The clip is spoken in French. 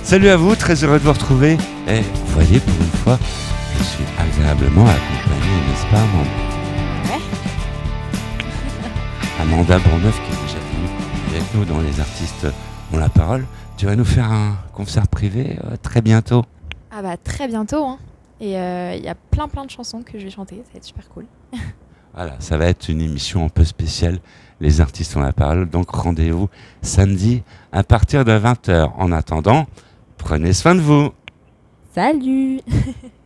Salut à vous, très heureux de vous retrouver. Et vous voyez, pour une fois, je suis agréablement accompagné, n'est-ce pas, Amanda? Ouais. Amanda Bourneuf, qui est déjà venue avec nous dans Les Artistes ont la parole. Tu vas nous faire un concert privé très bientôt. Ah bah très bientôt, hein. Et il y a plein de chansons que je vais chanter, ça va être super cool. Voilà, ça va être une émission un peu spéciale, Les Artistes ont la parole. Donc rendez-vous samedi à partir de 20h. En attendant, prenez soin de vous. Salut.